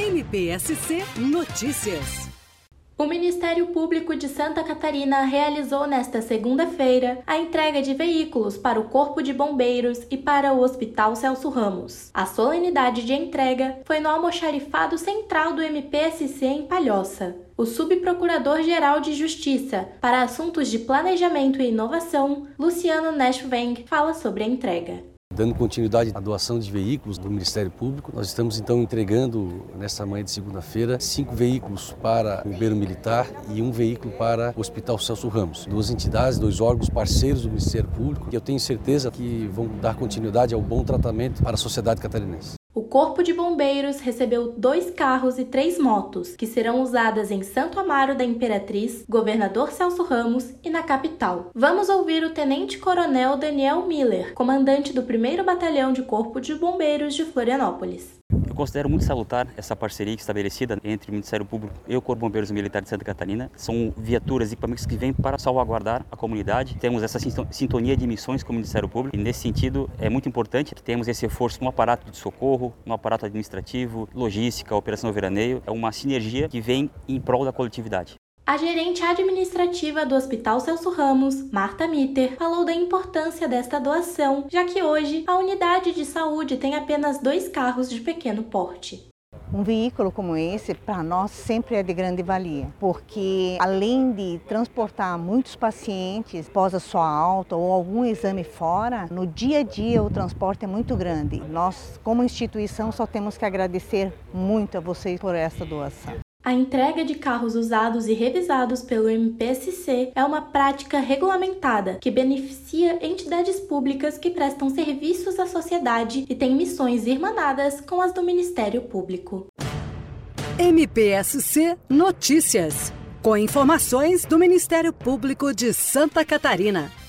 MPSC Notícias. O Ministério Público de Santa Catarina realizou nesta segunda-feira a entrega de veículos para o Corpo de Bombeiros e para o Hospital Celso Ramos. A solenidade de entrega foi no almoxarifado central do MPSC em Palhoça. O subprocurador-geral de Justiça para Assuntos de Planejamento e Inovação, Luciano Neschwenk, fala sobre a entrega. Dando continuidade à doação de veículos do Ministério Público, nós estamos então entregando, nesta manhã de segunda-feira, 5 veículos para o Bombeiro Militar e 1 veículo para o Hospital Celso Ramos. 2 entidades, 2 órgãos parceiros do Ministério Público, e eu tenho certeza que vão dar continuidade ao bom tratamento para a sociedade catarinense. O Corpo de Bombeiros recebeu 2 carros e 3 motos, que serão usadas em Santo Amaro da Imperatriz, Governador Celso Ramos e na capital. Vamos ouvir o Tenente-Coronel Daniel Miller, comandante do 1º Batalhão de Corpo de Bombeiros de Florianópolis. Eu considero muito salutar essa parceria estabelecida entre o Ministério Público e o Corpo de Bombeiros Militar de Santa Catarina. São viaturas e equipamentos que vêm para salvaguardar a comunidade. Temos essa sintonia de missões com o Ministério Público e nesse sentido é muito importante que tenhamos esse esforço no aparato de socorro, no aparato administrativo, logística, operação veraneio. É uma sinergia que vem em prol da coletividade. A gerente administrativa do Hospital Celso Ramos, Marta Mitter, falou da importância desta doação, já que hoje a unidade de saúde tem apenas 2 carros de pequeno porte. Um veículo como esse, para nós, sempre é de grande valia, porque além de transportar muitos pacientes pós a sua alta ou algum exame fora, no dia a dia o transporte é muito grande. Nós, como instituição, só temos que agradecer muito a vocês por essa doação. A entrega de carros usados e revisados pelo MPSC é uma prática regulamentada que beneficia entidades públicas que prestam serviços à sociedade e têm missões irmanadas com as do Ministério Público. MPSC Notícias, com informações do Ministério Público de Santa Catarina.